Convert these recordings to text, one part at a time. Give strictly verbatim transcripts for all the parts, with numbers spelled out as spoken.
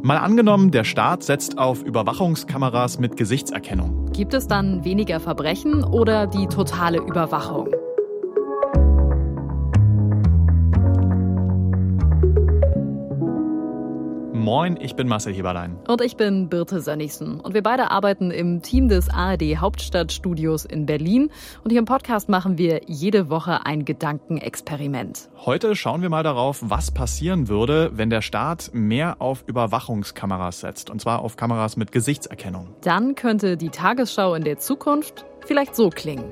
Mal angenommen, der Staat setzt auf Überwachungskameras mit Gesichtserkennung. Gibt es dann weniger Verbrechen oder die totale Überwachung? Moin, ich bin Marcel Heberlein. Und ich bin Birte Sönnigsen. Und wir beide arbeiten im Team des A R D Hauptstadtstudios in Berlin. Und hier im Podcast machen wir jede Woche ein Gedankenexperiment. Heute schauen wir mal darauf, was passieren würde, wenn der Staat mehr auf Überwachungskameras setzt. Und zwar auf Kameras mit Gesichtserkennung. Dann könnte die Tagesschau in der Zukunft vielleicht so klingen.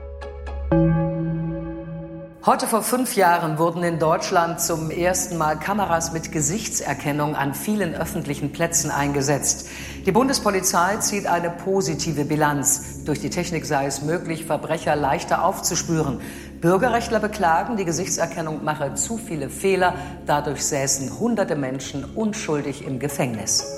Heute vor fünf Jahren wurden in Deutschland zum ersten Mal Kameras mit Gesichtserkennung an vielen öffentlichen Plätzen eingesetzt. Die Bundespolizei zieht eine positive Bilanz. Durch die Technik sei es möglich, Verbrecher leichter aufzuspüren. Bürgerrechtler beklagen, die Gesichtserkennung mache zu viele Fehler. Dadurch säßen hunderte Menschen unschuldig im Gefängnis.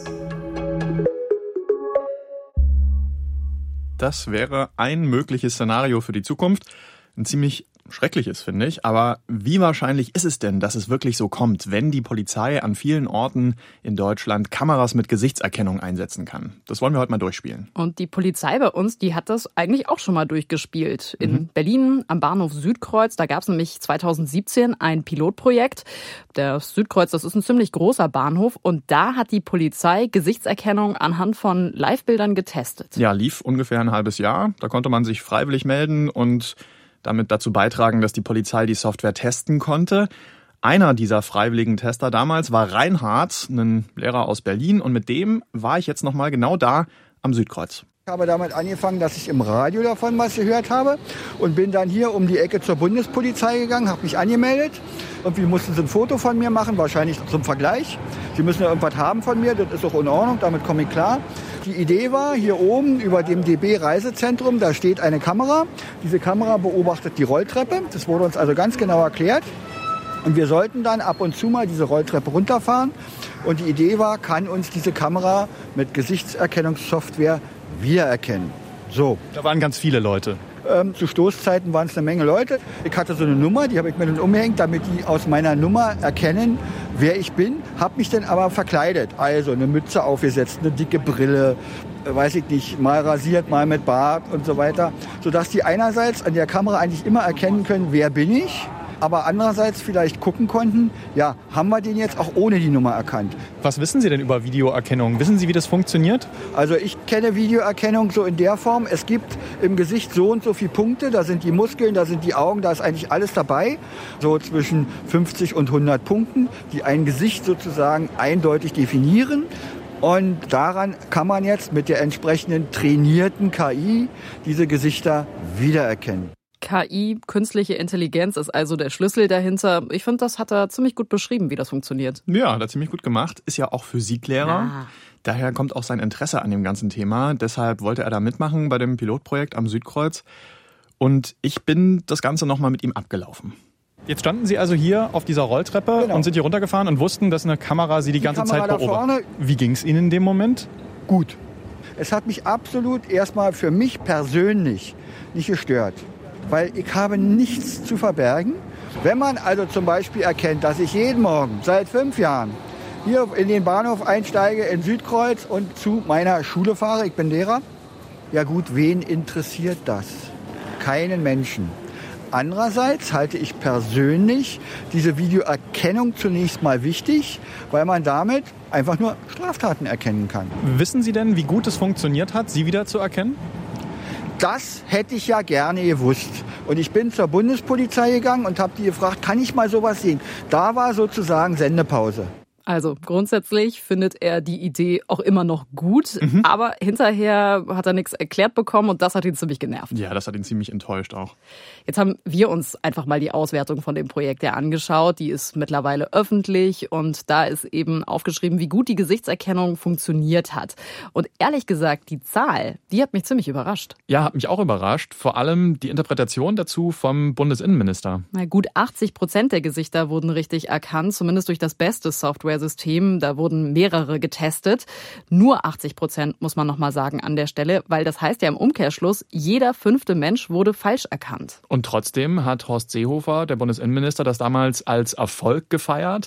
Das wäre ein mögliches Szenario für die Zukunft. Ein ziemlich schreckliches, finde ich. Aber wie wahrscheinlich ist es denn, dass es wirklich so kommt, wenn die Polizei an vielen Orten in Deutschland Kameras mit Gesichtserkennung einsetzen kann? Das wollen wir heute mal durchspielen. Und die Polizei bei uns, die hat das eigentlich auch schon mal durchgespielt. In Mhm. Berlin am Bahnhof Südkreuz, da gab es nämlich zweitausendsiebzehn ein Pilotprojekt. Der Südkreuz, das ist ein ziemlich großer Bahnhof. Und da hat die Polizei Gesichtserkennung anhand von Live-Bildern getestet. Ja, lief ungefähr ein halbes Jahr. Da konnte man sich freiwillig melden und damit dazu beitragen, dass die Polizei die Software testen konnte. Einer dieser freiwilligen Tester damals war Reinhard, ein Lehrer aus Berlin. Und mit dem war ich jetzt nochmal genau da am Südkreuz. Ich habe damit angefangen, dass ich im Radio davon was gehört habe und bin dann hier um die Ecke zur Bundespolizei gegangen, habe mich angemeldet. Irgendwie mussten sie ein Foto von mir machen, wahrscheinlich zum Vergleich. Sie müssen ja irgendwas haben von mir, das ist auch in Ordnung, damit komme ich klar. Die Idee war, hier oben über dem D B-Reisezentrum, da steht eine Kamera. Diese Kamera beobachtet die Rolltreppe. Das wurde uns also ganz genau erklärt. Und wir sollten dann ab und zu mal diese Rolltreppe runterfahren. Und die Idee war, kann uns diese Kamera mit Gesichtserkennungssoftware wiedererkennen. So. Da waren ganz viele Leute. Ähm, zu Stoßzeiten waren es eine Menge Leute. Ich hatte so eine Nummer, die habe ich mir dann umgehängt, damit die aus meiner Nummer erkennen, wer ich bin. Habe mich dann aber verkleidet. Also eine Mütze aufgesetzt, eine dicke Brille, äh, weiß ich nicht, mal rasiert, mal mit Bart und so weiter. Sodass die einerseits an der Kamera eigentlich immer erkennen können, wer bin ich. Aber andererseits vielleicht gucken konnten, ja, haben wir den jetzt auch ohne die Nummer erkannt. Was wissen Sie denn über Videoerkennung? Wissen Sie, wie das funktioniert? Also ich kenne Videoerkennung so in der Form, es gibt im Gesicht so und so viele Punkte, da sind die Muskeln, da sind die Augen, da ist eigentlich alles dabei. So zwischen fünfzig und hundert Punkten, die ein Gesicht sozusagen eindeutig definieren. Und daran kann man jetzt mit der entsprechenden trainierten K I diese Gesichter wiedererkennen. K I, künstliche Intelligenz, ist also der Schlüssel dahinter. Ich finde, das hat er ziemlich gut beschrieben, wie das funktioniert. Ja, hat er ziemlich gut gemacht. Ist ja auch Physiklehrer. Ah. Daher kommt auch sein Interesse an dem ganzen Thema. Deshalb wollte er da mitmachen bei dem Pilotprojekt am Südkreuz. Und ich bin das Ganze nochmal mit ihm abgelaufen. Jetzt standen Sie also hier auf dieser Rolltreppe Genau. und sind hier runtergefahren und wussten, dass eine Kamera Sie die, Die ganze Kamera Zeit da beobachtet. vorne. Wie ging es Ihnen in dem Moment? Gut. Es hat mich absolut erstmal für mich persönlich nicht gestört. Weil ich habe nichts zu verbergen. Wenn man also zum Beispiel erkennt, dass ich jeden Morgen seit fünf Jahren hier in den Bahnhof einsteige in Südkreuz und zu meiner Schule fahre, ich bin Lehrer, ja gut, wen interessiert das? Keinen Menschen. Andererseits halte ich persönlich diese Videoerkennung zunächst mal wichtig, weil man damit einfach nur Straftaten erkennen kann. Wissen Sie denn, wie gut es funktioniert hat, Sie wieder zu erkennen? Das hätte ich ja gerne gewusst. Und ich bin zur Bundespolizei gegangen und habe die gefragt, kann ich mal sowas sehen? Da war sozusagen Sendepause. Also grundsätzlich findet er die Idee auch immer noch gut, mhm. aber hinterher hat er nichts erklärt bekommen und das hat ihn ziemlich genervt. Ja, das hat ihn ziemlich enttäuscht auch. Jetzt haben wir uns einfach mal die Auswertung von dem Projekt ja angeschaut. Die ist mittlerweile öffentlich und da ist eben aufgeschrieben, wie gut die Gesichtserkennung funktioniert hat. Und ehrlich gesagt, die Zahl, die hat mich ziemlich überrascht. Ja, hat mich auch überrascht. Vor allem die Interpretation dazu vom Bundesinnenminister. Na, gut achtzig Prozent der Gesichter wurden richtig erkannt, zumindest durch das beste Software System. Da wurden mehrere getestet. Nur achtzig Prozent muss man noch mal sagen an der Stelle, weil das heißt ja im Umkehrschluss, jeder fünfte Mensch wurde falsch erkannt. Und trotzdem hat Horst Seehofer, der Bundesinnenminister, das damals als Erfolg gefeiert.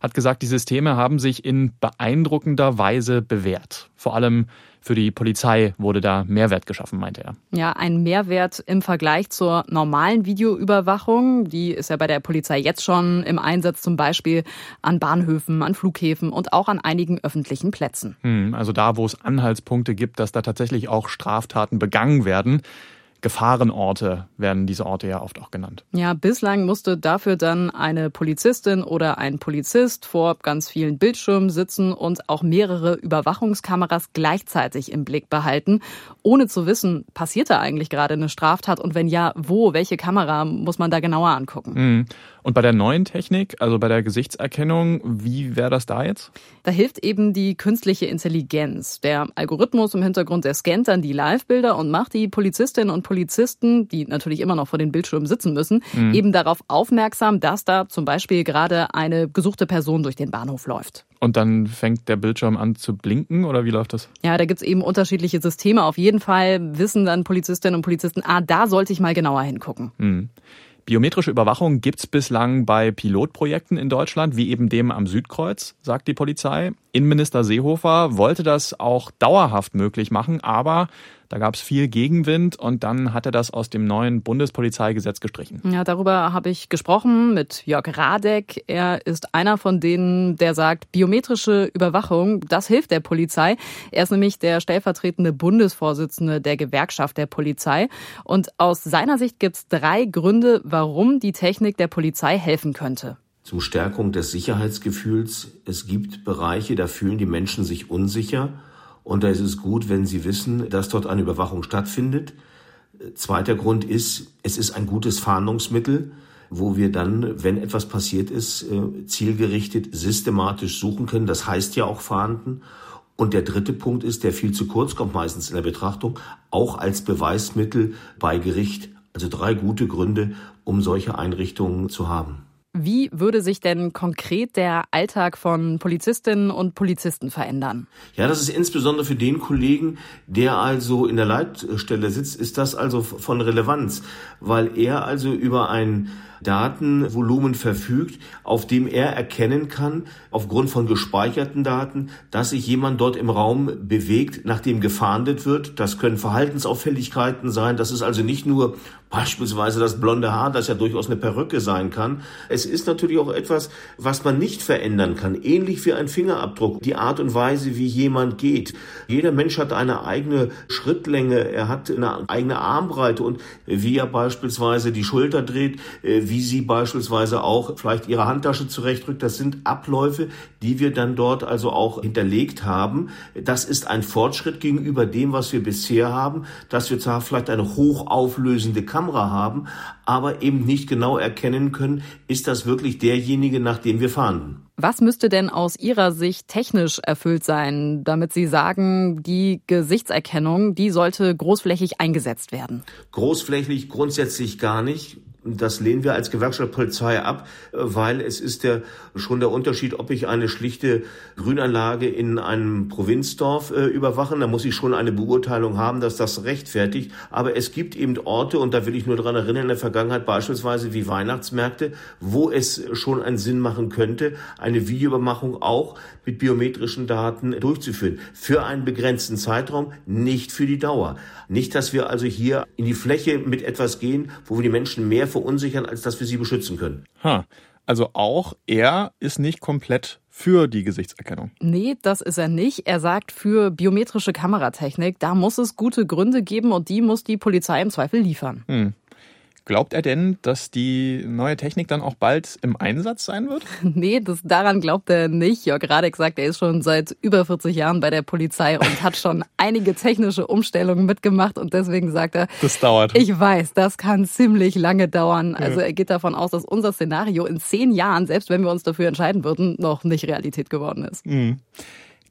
hat gesagt, die Systeme haben sich in beeindruckender Weise bewährt. Vor allem für die Polizei wurde da Mehrwert geschaffen, meinte er. Ja, ein Mehrwert im Vergleich zur normalen Videoüberwachung. Die ist ja bei der Polizei jetzt schon im Einsatz, zum Beispiel an Bahnhöfen, an Flughäfen und auch an einigen öffentlichen Plätzen. Hm, also da, wo es Anhaltspunkte gibt, dass da tatsächlich auch Straftaten begangen werden. Gefahrenorte werden diese Orte ja oft auch genannt. Ja, bislang musste dafür dann eine Polizistin oder ein Polizist vor ganz vielen Bildschirmen sitzen und auch mehrere Überwachungskameras gleichzeitig im Blick behalten, ohne zu wissen, passiert da eigentlich gerade eine Straftat und wenn ja, wo, welche Kamera muss man da genauer angucken. Mhm. Und bei der neuen Technik, also bei der Gesichtserkennung, wie wäre das da jetzt? Da hilft eben die künstliche Intelligenz. Der Algorithmus im Hintergrund, der scannt dann die Live-Bilder und macht die Polizistinnen und Polizisten, die natürlich immer noch vor den Bildschirmen sitzen müssen, mhm. eben darauf aufmerksam, dass da zum Beispiel gerade eine gesuchte Person durch den Bahnhof läuft. Und dann fängt der Bildschirm an zu blinken oder wie läuft das? Ja, da gibt's eben unterschiedliche Systeme. Auf jeden Fall wissen dann Polizistinnen und Polizisten, ah, da sollte ich mal genauer hingucken. Mhm. Biometrische Überwachung gibt's bislang bei Pilotprojekten in Deutschland, wie eben dem am Südkreuz, sagt die Polizei. Innenminister Seehofer wollte das auch dauerhaft möglich machen, aber da gab's viel Gegenwind und dann hat er das aus dem neuen Bundespolizeigesetz gestrichen. Ja, darüber habe ich gesprochen mit Jörg Radeck. Er ist einer von denen, der sagt, biometrische Überwachung, das hilft der Polizei. Er ist nämlich der stellvertretende Bundesvorsitzende der Gewerkschaft der Polizei. Und aus seiner Sicht gibt's drei Gründe, warum die Technik der Polizei helfen könnte. Zur Stärkung des Sicherheitsgefühls. Es gibt Bereiche, da fühlen die Menschen sich unsicher. Und da ist es gut, wenn sie wissen, dass dort eine Überwachung stattfindet. Zweiter Grund ist, es ist ein gutes Fahndungsmittel, wo wir dann, wenn etwas passiert ist, zielgerichtet, systematisch suchen können. Das heißt ja auch fahnden. Und der dritte Punkt ist, der viel zu kurz kommt meistens in der Betrachtung, auch als Beweismittel bei Gericht. Also drei gute Gründe, um solche Einrichtungen zu haben. Wie würde sich denn konkret der Alltag von Polizistinnen und Polizisten verändern? Ja, das ist insbesondere für den Kollegen, der also in der Leitstelle sitzt, ist das also von Relevanz, weil er also über ein Datenvolumen verfügt, auf dem er erkennen kann, aufgrund von gespeicherten Daten, dass sich jemand dort im Raum bewegt, nachdem gefahndet wird. Das können Verhaltensauffälligkeiten sein. Das ist also nicht nur beispielsweise das blonde Haar, das ja durchaus eine Perücke sein kann. Es ist natürlich auch etwas, was man nicht verändern kann. Ähnlich wie ein Fingerabdruck. Die Art und Weise, wie jemand geht. Jeder Mensch hat eine eigene Schrittlänge. Er hat eine eigene Armbreite und wie er beispielsweise die Schulter dreht, wie sie beispielsweise auch vielleicht ihre Handtasche zurechtrückt. Das sind Abläufe, die wir dann dort also auch hinterlegt haben. Das ist ein Fortschritt gegenüber dem, was wir bisher haben, dass wir zwar vielleicht eine hochauflösende Kamera haben, aber eben nicht genau erkennen können, ist das wirklich derjenige, nach dem wir fahnden. Was müsste denn aus Ihrer Sicht technisch erfüllt sein, damit Sie sagen, die Gesichtserkennung, die sollte großflächig eingesetzt werden? Großflächig grundsätzlich gar nicht. Das lehnen wir als Gewerkschaft Polizei ab, weil es ist der, schon der Unterschied, ob ich eine schlichte Grünanlage in einem Provinzdorf äh, überwache. Da muss ich schon eine Beurteilung haben, dass das rechtfertigt. Aber es gibt eben Orte, und da will ich nur daran erinnern, in der Vergangenheit beispielsweise wie Weihnachtsmärkte, wo es schon einen Sinn machen könnte, eine Videoüberwachung auch mit biometrischen Daten durchzuführen. Für einen begrenzten Zeitraum, nicht für die Dauer. Nicht, dass wir also hier in die Fläche mit etwas gehen, wo wir die Menschen mehr verunsichern, als dass wir sie beschützen können. Ha, also auch er ist nicht komplett für die Gesichtserkennung. Nee, das ist er nicht. Er sagt, für biometrische Kameratechnik, da muss es gute Gründe geben und die muss die Polizei im Zweifel liefern. Hm. Glaubt er denn, dass die neue Technik dann auch bald im Einsatz sein wird? Nee, das, daran glaubt er nicht. Jörg Radeck sagt, er ist schon seit über vierzig Jahren bei der Polizei und hat schon einige technische Umstellungen mitgemacht und deswegen sagt er, das dauert. Ich weiß, das kann ziemlich lange dauern. Also er geht davon aus, dass unser Szenario in zehn Jahren, selbst wenn wir uns dafür entscheiden würden, noch nicht Realität geworden ist. Mhm.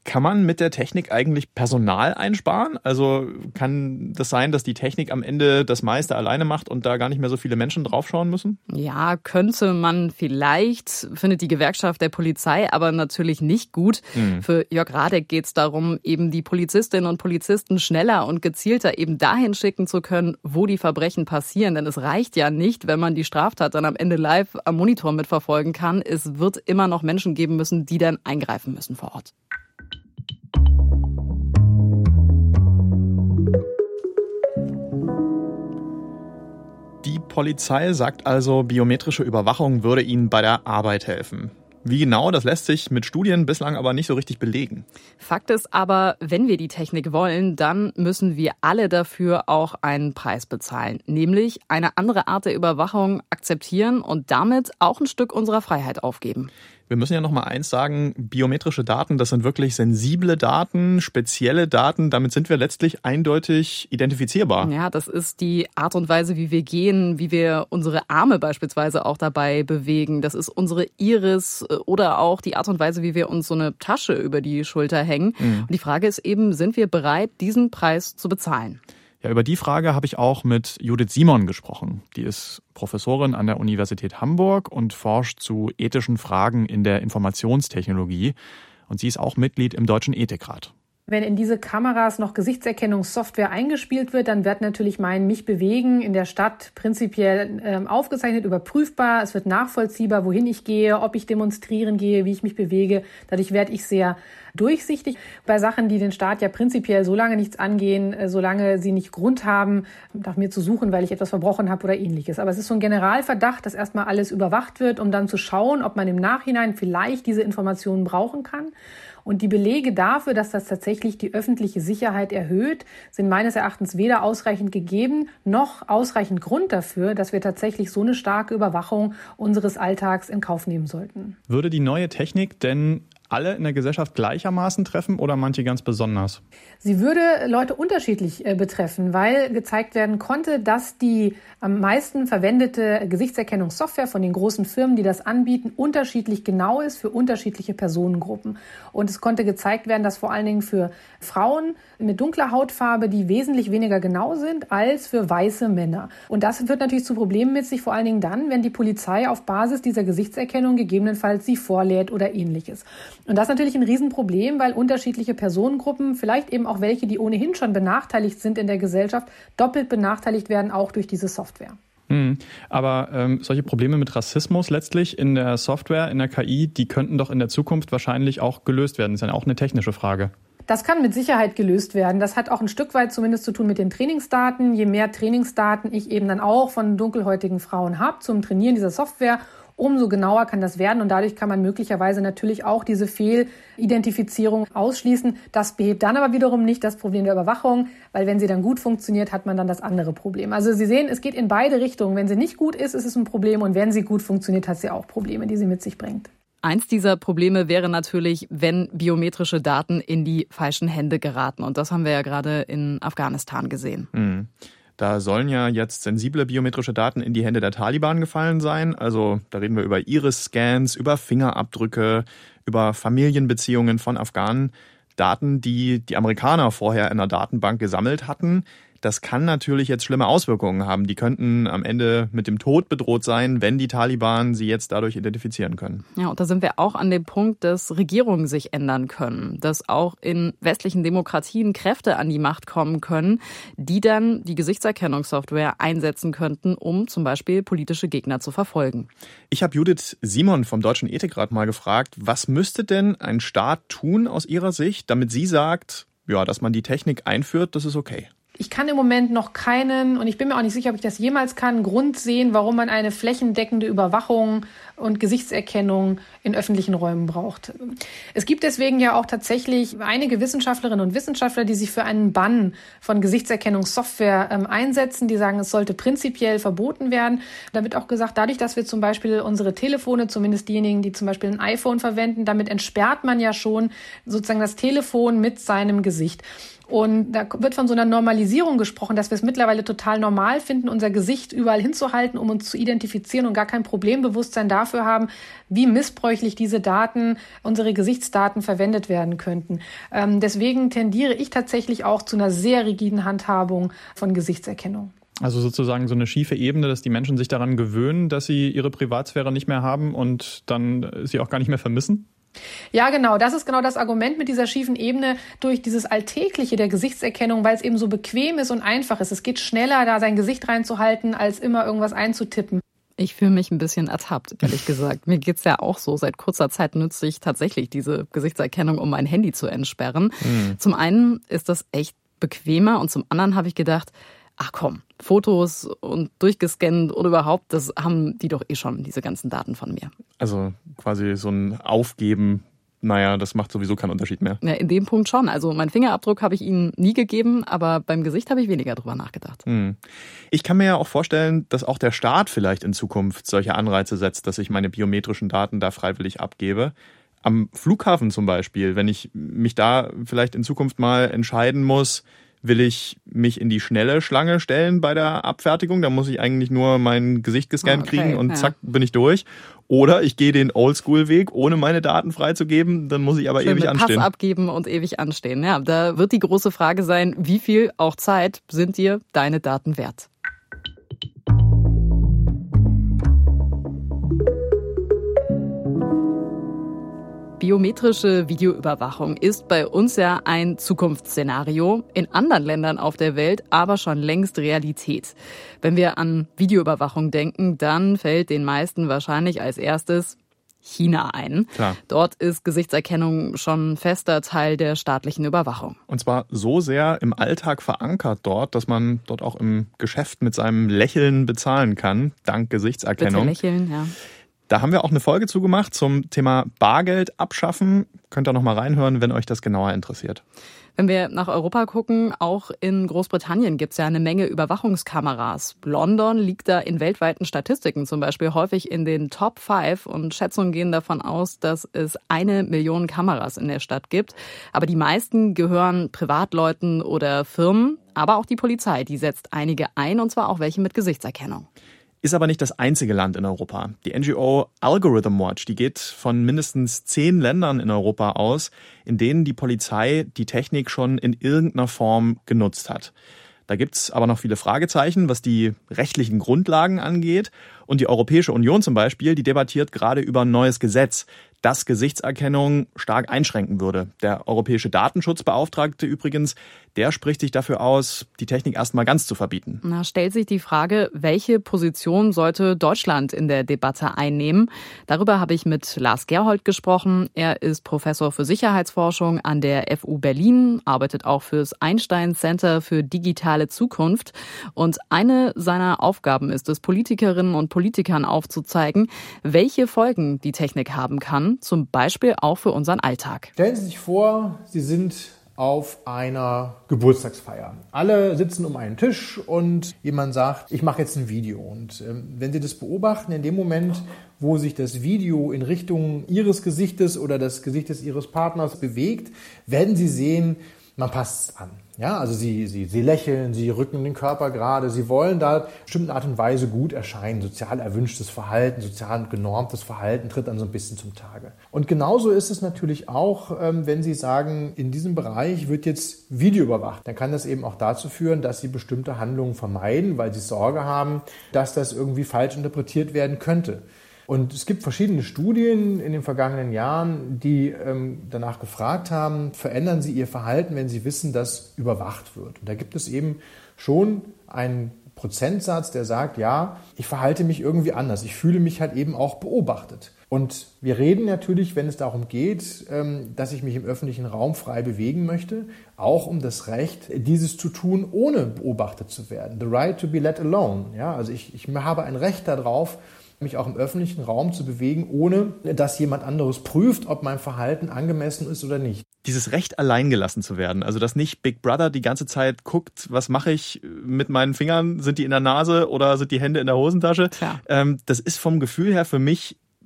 Kann man mit der Technik eigentlich Personal einsparen? Also kann das sein, dass die Technik am Ende das meiste alleine macht und da gar nicht mehr so viele Menschen draufschauen müssen? Ja, könnte man vielleicht, findet die Gewerkschaft der Polizei aber natürlich nicht gut. Mhm. Für Jörg Radek geht es darum, eben die Polizistinnen und Polizisten schneller und gezielter eben dahin schicken zu können, wo die Verbrechen passieren. Denn es reicht ja nicht, wenn man die Straftat dann am Ende live am Monitor mitverfolgen kann. Es wird immer noch Menschen geben müssen, die dann eingreifen müssen vor Ort. Die Polizei sagt also, biometrische Überwachung würde ihnen bei der Arbeit helfen. Wie genau, das lässt sich mit Studien bislang aber nicht so richtig belegen. Fakt ist aber, wenn wir die Technik wollen, dann müssen wir alle dafür auch einen Preis bezahlen. Nämlich eine andere Art der Überwachung akzeptieren und damit auch ein Stück unserer Freiheit aufgeben. Wir müssen ja noch mal eins sagen, biometrische Daten, das sind wirklich sensible Daten, spezielle Daten. Damit sind wir letztlich eindeutig identifizierbar. Ja, das ist die Art und Weise, wie wir gehen, wie wir unsere Arme beispielsweise auch dabei bewegen. Das ist unsere Iris oder auch die Art und Weise, wie wir uns so eine Tasche über die Schulter hängen. Mhm. Und die Frage ist eben, sind wir bereit, diesen Preis zu bezahlen? Ja, über die Frage habe ich auch mit Judith Simon gesprochen. Die ist Professorin an der Universität Hamburg und forscht zu ethischen Fragen in der Informationstechnologie. Und sie ist auch Mitglied im Deutschen Ethikrat. Wenn in diese Kameras noch Gesichtserkennungssoftware eingespielt wird, dann wird natürlich mein Mich bewegen in der Stadt prinzipiell äh, aufgezeichnet, überprüfbar. Es wird nachvollziehbar, wohin ich gehe, ob ich demonstrieren gehe, wie ich mich bewege. Dadurch werde ich sehr durchsichtig. Bei Sachen, die den Staat ja prinzipiell so lange nichts angehen, äh, solange sie nicht Grund haben, nach mir zu suchen, weil ich etwas verbrochen habe oder ähnliches. Aber es ist so ein Generalverdacht, dass erstmal alles überwacht wird, um dann zu schauen, ob man im Nachhinein vielleicht diese Informationen brauchen kann. Und die Belege dafür, dass das tatsächlich die öffentliche Sicherheit erhöht, sind meines Erachtens weder ausreichend gegeben, noch ausreichend Grund dafür, dass wir tatsächlich so eine starke Überwachung unseres Alltags in Kauf nehmen sollten. Würde die neue Technik denn alle in der Gesellschaft gleichermaßen treffen oder manche ganz besonders? Sie würde Leute unterschiedlich betreffen, weil gezeigt werden konnte, dass die am meisten verwendete Gesichtserkennungssoftware von den großen Firmen, die das anbieten, unterschiedlich genau ist für unterschiedliche Personengruppen. Und es konnte gezeigt werden, dass vor allen Dingen für Frauen mit dunkler Hautfarbe die wesentlich weniger genau sind als für weiße Männer. Und das führt natürlich zu Problemen mit sich, vor allen Dingen dann, wenn die Polizei auf Basis dieser Gesichtserkennung gegebenenfalls sie vorlädt oder ähnliches. Und das ist natürlich ein Riesenproblem, weil unterschiedliche Personengruppen, vielleicht eben auch welche, die ohnehin schon benachteiligt sind in der Gesellschaft, doppelt benachteiligt werden, auch durch diese Software. Hm, aber ähm, solche Probleme mit Rassismus letztlich in der Software, in der K I, die könnten doch in der Zukunft wahrscheinlich auch gelöst werden. Das ist ja auch eine technische Frage. Das kann mit Sicherheit gelöst werden. Das hat auch ein Stück weit zumindest zu tun mit den Trainingsdaten. Je mehr Trainingsdaten ich eben dann auch von dunkelhäutigen Frauen habe zum Trainieren dieser Software, umso genauer kann das werden und dadurch kann man möglicherweise natürlich auch diese Fehlidentifizierung ausschließen. Das behebt dann aber wiederum nicht das Problem der Überwachung, weil wenn sie dann gut funktioniert, hat man dann das andere Problem. Also Sie sehen, es geht in beide Richtungen. Wenn sie nicht gut ist, ist es ein Problem und wenn sie gut funktioniert, hat sie auch Probleme, die sie mit sich bringt. Eins dieser Probleme wäre natürlich, wenn biometrische Daten in die falschen Hände geraten. Und das haben wir ja gerade in Afghanistan gesehen. Mhm. Da sollen ja jetzt sensible biometrische Daten in die Hände der Taliban gefallen sein. Also da reden wir über Iris-Scans, über Fingerabdrücke, über Familienbeziehungen von Afghanen. Daten, die die Amerikaner vorher in der Datenbank gesammelt hatten. Das kann natürlich jetzt schlimme Auswirkungen haben. Die könnten am Ende mit dem Tod bedroht sein, wenn die Taliban sie jetzt dadurch identifizieren können. Ja, und da sind wir auch an dem Punkt, dass Regierungen sich ändern können, dass auch in westlichen Demokratien Kräfte an die Macht kommen können, die dann die Gesichtserkennungssoftware einsetzen könnten, um zum Beispiel politische Gegner zu verfolgen. Ich habe Judith Simon vom Deutschen Ethikrat mal gefragt, was müsste denn ein Staat tun aus ihrer Sicht, damit sie sagt, ja, dass man die Technik einführt, das ist okay? Ich kann im Moment noch keinen, und ich bin mir auch nicht sicher, ob ich das jemals kann, Grund sehen, warum man eine flächendeckende Überwachung und Gesichtserkennung in öffentlichen Räumen braucht. Es gibt deswegen ja auch tatsächlich einige Wissenschaftlerinnen und Wissenschaftler, die sich für einen Bann von Gesichtserkennungssoftware ähm, einsetzen, die sagen, es sollte prinzipiell verboten werden. Da wird auch gesagt, dadurch, dass wir zum Beispiel unsere Telefone, zumindest diejenigen, die zum Beispiel ein iPhone verwenden, damit entsperrt man ja schon sozusagen das Telefon mit seinem Gesicht. Und da wird von so einer Normalisierung gesprochen, dass wir es mittlerweile total normal finden, unser Gesicht überall hinzuhalten, um uns zu identifizieren und gar kein Problembewusstsein dafür haben, wie missbräuchlich diese Daten, unsere Gesichtsdaten verwendet werden könnten. Ähm, deswegen tendiere ich tatsächlich auch zu einer sehr rigiden Handhabung von Gesichtserkennung. Also sozusagen so eine schiefe Ebene, dass die Menschen sich daran gewöhnen, dass sie ihre Privatsphäre nicht mehr haben und dann sie auch gar nicht mehr vermissen? Ja, genau. Das ist genau das Argument mit dieser schiefen Ebene durch dieses Alltägliche der Gesichtserkennung, weil es eben so bequem ist und einfach ist. Es geht schneller, da sein Gesicht reinzuhalten, als immer irgendwas einzutippen. Ich fühle mich ein bisschen ertappt, ehrlich gesagt. Mir geht's ja auch so. Seit kurzer Zeit nutze ich tatsächlich diese Gesichtserkennung, um mein Handy zu entsperren. Mhm. Zum einen ist das echt bequemer und zum anderen habe ich gedacht, ach komm, Fotos und durchgescannt oder überhaupt, das haben die doch eh schon, diese ganzen Daten von mir. Also quasi so ein Aufgeben, naja, das macht sowieso keinen Unterschied mehr. Ja, in dem Punkt schon. Also meinen Fingerabdruck habe ich ihnen nie gegeben, aber beim Gesicht habe ich weniger drüber nachgedacht. Hm. Ich kann mir ja auch vorstellen, dass auch der Staat vielleicht in Zukunft solche Anreize setzt, dass ich meine biometrischen Daten da freiwillig abgebe. Am Flughafen zum Beispiel, wenn ich mich da vielleicht in Zukunft mal entscheiden muss, will ich mich in die schnelle Schlange stellen bei der Abfertigung? Da muss ich eigentlich nur mein Gesicht gescannt okay, kriegen und zack, ja. bin ich durch. Oder ich gehe den Oldschool-Weg, ohne meine Daten freizugeben, dann muss ich aber Schön ewig mit anstehen. Pass abgeben und ewig anstehen. Ja, da wird die große Frage sein, wie viel auch Zeit sind dir deine Daten wert? Biometrische Videoüberwachung ist bei uns ja ein Zukunftsszenario, in anderen Ländern auf der Welt aber schon längst Realität. Wenn wir an Videoüberwachung denken, dann fällt den meisten wahrscheinlich als erstes China ein. Klar. Dort ist Gesichtserkennung schon fester Teil der staatlichen Überwachung. Und zwar so sehr im Alltag verankert dort, dass man dort auch im Geschäft mit seinem Lächeln bezahlen kann, dank Gesichtserkennung. Bitte lächeln, ja. Da haben wir auch eine Folge zugemacht zum Thema Bargeld abschaffen. Könnt ihr noch mal reinhören, wenn euch das genauer interessiert. Wenn wir nach Europa gucken, auch in Großbritannien gibt es ja eine Menge Überwachungskameras. London liegt da in weltweiten Statistiken zum Beispiel häufig in den Top fünf und Schätzungen gehen davon aus, dass es eine Million Kameras in der Stadt gibt. Aber die meisten gehören Privatleuten oder Firmen, aber auch die Polizei, die setzt einige ein und zwar auch welche mit Gesichtserkennung. Ist aber nicht das einzige Land in Europa. Die N G O Algorithm Watch, die geht von mindestens zehn Ländern in Europa aus, in denen die Polizei die Technik schon in irgendeiner Form genutzt hat. Da gibt's aber noch viele Fragezeichen, was die rechtlichen Grundlagen angeht. Und die Europäische Union zum Beispiel, die debattiert gerade über ein neues Gesetz, das Gesichtserkennung stark einschränken würde. Der europäische Datenschutzbeauftragte übrigens, der spricht sich dafür aus, die Technik erstmal ganz zu verbieten. Na, stellt sich die Frage, welche Position sollte Deutschland in der Debatte einnehmen? Darüber habe ich mit Lars Gerhold gesprochen. Er ist Professor für Sicherheitsforschung an der F U Berlin, arbeitet auch fürs Einstein Center für digitale Zukunft. Und eine seiner Aufgaben ist es, Politikerinnen und Politikern aufzuzeigen, welche Folgen die Technik haben kann, zum Beispiel auch für unseren Alltag. Stellen Sie sich vor, Sie sind auf einer Geburtstagsfeier. Alle sitzen um einen Tisch und jemand sagt, ich mache jetzt ein Video. Und ähm, wenn Sie das beobachten, in dem Moment, wo sich das Video in Richtung Ihres Gesichtes oder des Gesichtes Ihres Partners bewegt, werden Sie sehen, man passt es an. Ja, also sie, sie, sie lächeln, sie rücken den Körper gerade, sie wollen da in bestimmter Art und Weise gut erscheinen. Sozial erwünschtes Verhalten, sozial genormtes Verhalten tritt dann so ein bisschen zum Tage. Und genauso ist es natürlich auch, wenn Sie sagen, in diesem Bereich wird jetzt Video überwacht. Dann kann das eben auch dazu führen, dass Sie bestimmte Handlungen vermeiden, weil Sie Sorge haben, dass das irgendwie falsch interpretiert werden könnte. Und es gibt verschiedene Studien in den vergangenen Jahren, die ähm, danach gefragt haben, verändern Sie Ihr Verhalten, wenn Sie wissen, dass überwacht wird. Und da gibt es eben schon einen Prozentsatz, der sagt, ja, ich verhalte mich irgendwie anders. Ich fühle mich halt eben auch beobachtet. Und wir reden natürlich, wenn es darum geht, ähm, dass ich mich im öffentlichen Raum frei bewegen möchte, auch um das Recht, dieses zu tun, ohne beobachtet zu werden. The right to be let alone. Ja, also ich, ich habe ein Recht darauf, mich auch im öffentlichen Raum zu bewegen, ohne dass jemand anderes prüft, ob mein Verhalten angemessen ist oder nicht. Dieses Recht, allein gelassen zu werden, also dass nicht Big Brother die ganze Zeit guckt, was mache ich mit meinen Fingern, sind die in der Nase oder sind die Hände in der Hosentasche? Ja. Ähm, das ist vom Gefühl her für mich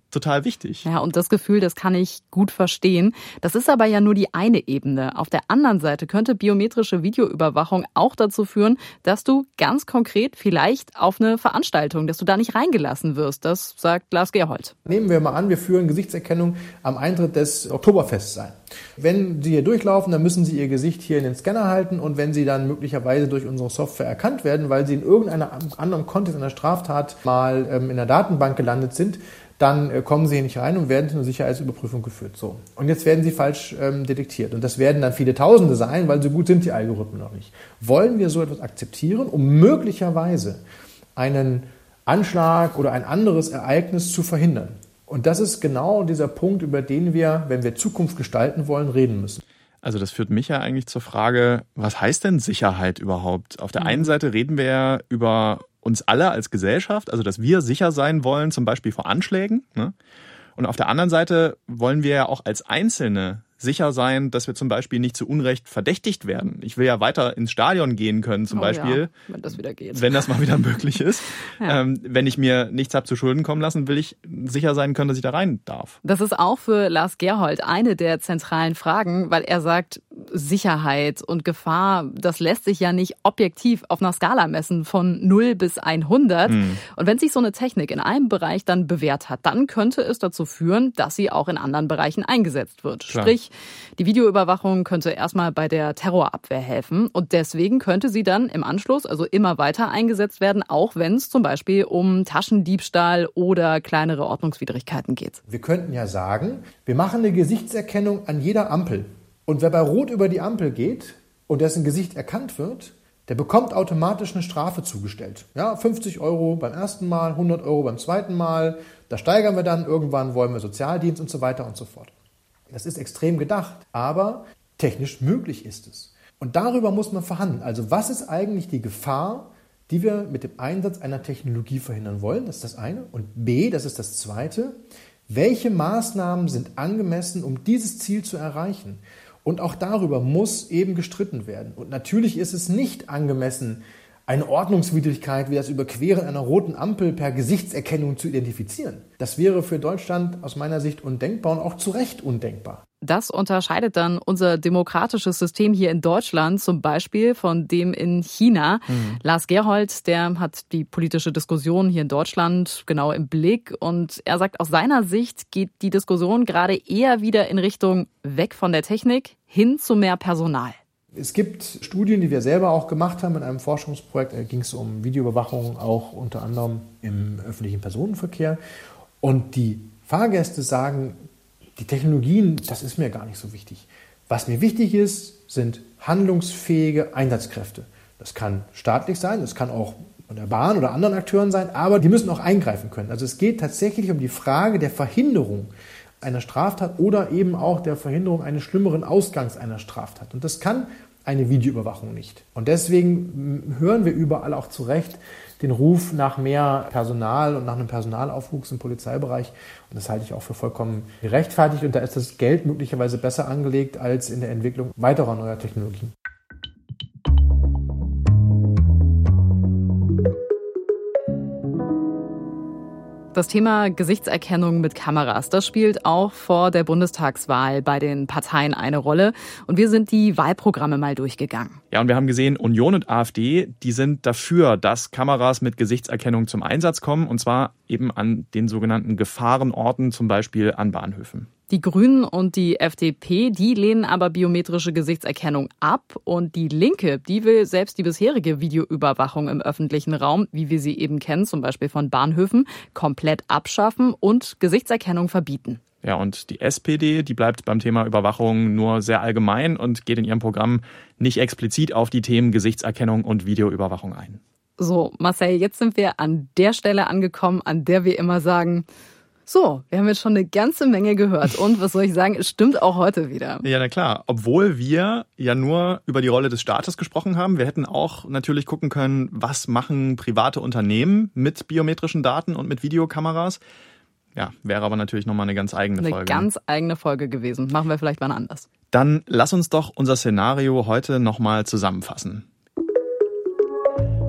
total wichtig. Ja, und das Gefühl, das kann ich gut verstehen. Das ist aber ja nur die eine Ebene. Auf der anderen Seite könnte biometrische Videoüberwachung auch dazu führen, dass du ganz konkret vielleicht auf eine Veranstaltung, dass du da nicht reingelassen wirst. Das sagt Lars Gerhold. Nehmen wir mal an, wir führen Gesichtserkennung am Eintritt des Oktoberfests ein. Wenn Sie hier durchlaufen, dann müssen Sie Ihr Gesicht hier in den Scanner halten und wenn Sie dann möglicherweise durch unsere Software erkannt werden, weil Sie in irgendeinem anderen Kontext einer Straftat mal ähm, in der Datenbank gelandet sind, dann äh, kommen Sie hier nicht rein und werden zu einer Sicherheitsüberprüfung geführt. So. Und jetzt werden Sie falsch ähm, detektiert. Und das werden dann viele Tausende sein, weil so gut sind die Algorithmen noch nicht. Wollen wir so etwas akzeptieren, um möglicherweise einen Anschlag oder ein anderes Ereignis zu verhindern? Und das ist genau dieser Punkt, über den wir, wenn wir Zukunft gestalten wollen, reden müssen. Also das führt mich ja eigentlich zur Frage, was heißt denn Sicherheit überhaupt? Auf der einen Seite reden wir ja über uns alle als Gesellschaft, also dass wir sicher sein wollen, zum Beispiel vor Anschlägen, ne? Und auf der anderen Seite wollen wir ja auch als Einzelne sicher sein, dass wir zum Beispiel nicht zu Unrecht verdächtigt werden. Ich will ja weiter ins Stadion gehen können zum oh Beispiel. Ja, wenn das wieder geht. Wenn das mal wieder möglich ist. Ja. Ähm, wenn ich mir nichts habe zu Schulden kommen lassen, will ich sicher sein können, dass ich da rein darf. Das ist auch für Lars Gerhold eine der zentralen Fragen, weil er sagt, Sicherheit und Gefahr, das lässt sich ja nicht objektiv auf einer Skala messen von null bis hundert. Hm. Und wenn sich so eine Technik in einem Bereich dann bewährt hat, dann könnte es dazu führen, dass sie auch in anderen Bereichen eingesetzt wird. Klar. Sprich, die Videoüberwachung könnte erstmal bei der Terrorabwehr helfen und deswegen könnte sie dann im Anschluss also immer weiter eingesetzt werden, auch wenn es zum Beispiel um Taschendiebstahl oder kleinere Ordnungswidrigkeiten geht. Wir könnten ja sagen, wir machen eine Gesichtserkennung an jeder Ampel. Und wer bei Rot über die Ampel geht und dessen Gesicht erkannt wird, der bekommt automatisch eine Strafe zugestellt. Ja, fünfzig Euro beim ersten Mal, hundert Euro beim zweiten Mal. Da steigern wir dann, irgendwann wollen wir Sozialdienst und so weiter und so fort. Das ist extrem gedacht, aber technisch möglich ist es. Und darüber muss man verhandeln. Also was ist eigentlich die Gefahr, die wir mit dem Einsatz einer Technologie verhindern wollen? Das ist das eine. Und B, das ist das zweite, welche Maßnahmen sind angemessen, um dieses Ziel zu erreichen? Und auch darüber muss eben gestritten werden. Und natürlich ist es nicht angemessen, eine Ordnungswidrigkeit wie das Überqueren einer roten Ampel per Gesichtserkennung zu identifizieren. Das wäre für Deutschland aus meiner Sicht undenkbar und auch zu Recht undenkbar. Das unterscheidet dann unser demokratisches System hier in Deutschland zum Beispiel von dem in China. Mhm. Lars Gerhold, der hat die politische Diskussion hier in Deutschland genau im Blick und er sagt, aus seiner Sicht geht die Diskussion gerade eher wieder in Richtung weg von der Technik hin zu mehr Personal. Es gibt Studien, die wir selber auch gemacht haben in einem Forschungsprojekt. Da ging es um Videoüberwachung, auch unter anderem im öffentlichen Personenverkehr. Und die Fahrgäste sagen, die Technologien, das ist mir gar nicht so wichtig. Was mir wichtig ist, sind handlungsfähige Einsatzkräfte. Das kann staatlich sein, das kann auch von der Bahn oder anderen Akteuren sein, aber die müssen auch eingreifen können. Also es geht tatsächlich um die Frage der Verhinderung einer Straftat oder eben auch der Verhinderung eines schlimmeren Ausgangs einer Straftat. Und das kann eine Videoüberwachung nicht. Und deswegen hören wir überall auch zu Recht den Ruf nach mehr Personal und nach einem Personalaufwuchs im Polizeibereich. Und das halte ich auch für vollkommen gerechtfertigt. Und da ist das Geld möglicherweise besser angelegt als in der Entwicklung weiterer neuer Technologien. Das Thema Gesichtserkennung mit Kameras, das spielt auch vor der Bundestagswahl bei den Parteien eine Rolle. Und wir sind die Wahlprogramme mal durchgegangen. Ja, und wir haben gesehen, Union und AfD, die sind dafür, dass Kameras mit Gesichtserkennung zum Einsatz kommen. Und zwar eben an den sogenannten Gefahrenorten, zum Beispiel an Bahnhöfen. Die Grünen und die F D P, die lehnen aber biometrische Gesichtserkennung ab. Und die Linke, die will selbst die bisherige Videoüberwachung im öffentlichen Raum, wie wir sie eben kennen, zum Beispiel von Bahnhöfen, komplett abschaffen und Gesichtserkennung verbieten. Ja, und die S P D, die bleibt beim Thema Überwachung nur sehr allgemein und geht in ihrem Programm nicht explizit auf die Themen Gesichtserkennung und Videoüberwachung ein. So, Marcel, jetzt sind wir an der Stelle angekommen, an der wir immer sagen, so, wir haben jetzt schon eine ganze Menge gehört und was soll ich sagen, es stimmt auch heute wieder. Ja, na klar, obwohl wir ja nur über die Rolle des Staates gesprochen haben, wir hätten auch natürlich gucken können, was machen private Unternehmen mit biometrischen Daten und mit Videokameras. Ja, wäre aber natürlich nochmal eine ganz eigene eine Folge. Eine ganz eigene Folge gewesen. Machen wir vielleicht mal anders. Dann lass uns doch unser Szenario heute nochmal zusammenfassen.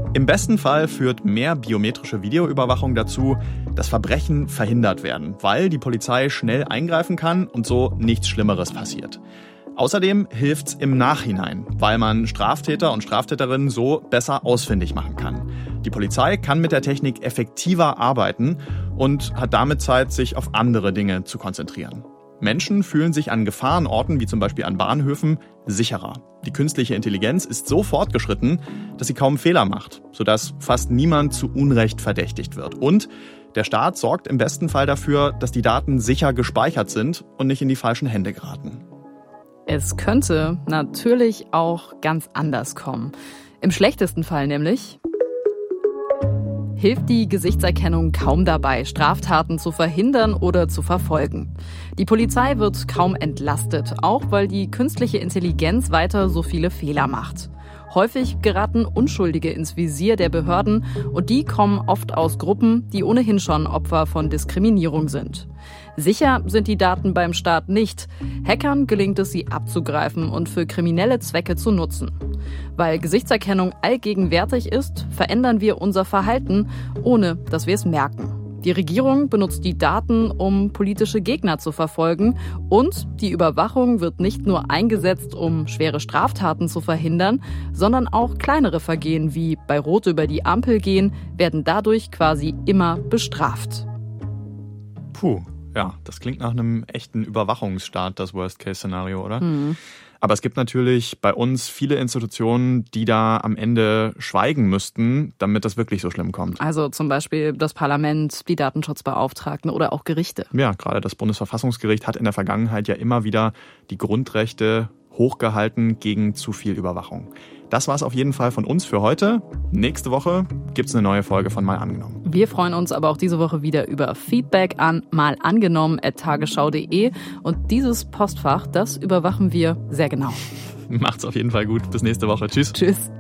Im besten Fall führt mehr biometrische Videoüberwachung dazu, dass Verbrechen verhindert werden, weil die Polizei schnell eingreifen kann und so nichts Schlimmeres passiert. Außerdem hilft's im Nachhinein, weil man Straftäter und Straftäterinnen so besser ausfindig machen kann. Die Polizei kann mit der Technik effektiver arbeiten und hat damit Zeit, sich auf andere Dinge zu konzentrieren. Menschen fühlen sich an Gefahrenorten, wie zum Beispiel an Bahnhöfen, sicherer. Die künstliche Intelligenz ist so fortgeschritten, dass sie kaum Fehler macht, sodass fast niemand zu Unrecht verdächtigt wird. Und der Staat sorgt im besten Fall dafür, dass die Daten sicher gespeichert sind und nicht in die falschen Hände geraten. Es könnte natürlich auch ganz anders kommen. Im schlechtesten Fall nämlich hilft die Gesichtserkennung kaum dabei, Straftaten zu verhindern oder zu verfolgen. Die Polizei wird kaum entlastet, auch weil die künstliche Intelligenz weiter so viele Fehler macht. Häufig geraten Unschuldige ins Visier der Behörden und die kommen oft aus Gruppen, die ohnehin schon Opfer von Diskriminierung sind. Sicher sind die Daten beim Staat nicht. Hackern gelingt es, sie abzugreifen und für kriminelle Zwecke zu nutzen. Weil Gesichtserkennung allgegenwärtig ist, verändern wir unser Verhalten, ohne dass wir es merken. Die Regierung benutzt die Daten, um politische Gegner zu verfolgen, und die Überwachung wird nicht nur eingesetzt, um schwere Straftaten zu verhindern, sondern auch kleinere Vergehen wie bei Rot über die Ampel gehen, werden dadurch quasi immer bestraft. Puh, ja, das klingt nach einem echten Überwachungsstaat, das Worst-Case-Szenario, oder? Mhm. Aber es gibt natürlich bei uns viele Institutionen, die da am Ende schweigen müssten, damit das wirklich so schlimm kommt. Also zum Beispiel das Parlament, die Datenschutzbeauftragten oder auch Gerichte. Ja, gerade das Bundesverfassungsgericht hat in der Vergangenheit ja immer wieder die Grundrechte hochgehalten gegen zu viel Überwachung. Das war es auf jeden Fall von uns für heute. Nächste Woche gibt's eine neue Folge von Mal angenommen. Wir freuen uns aber auch diese Woche wieder über Feedback an malangenommen at tagesschau punkt de. Und dieses Postfach, das überwachen wir sehr genau. Macht's auf jeden Fall gut. Bis nächste Woche. Tschüss. Tschüss.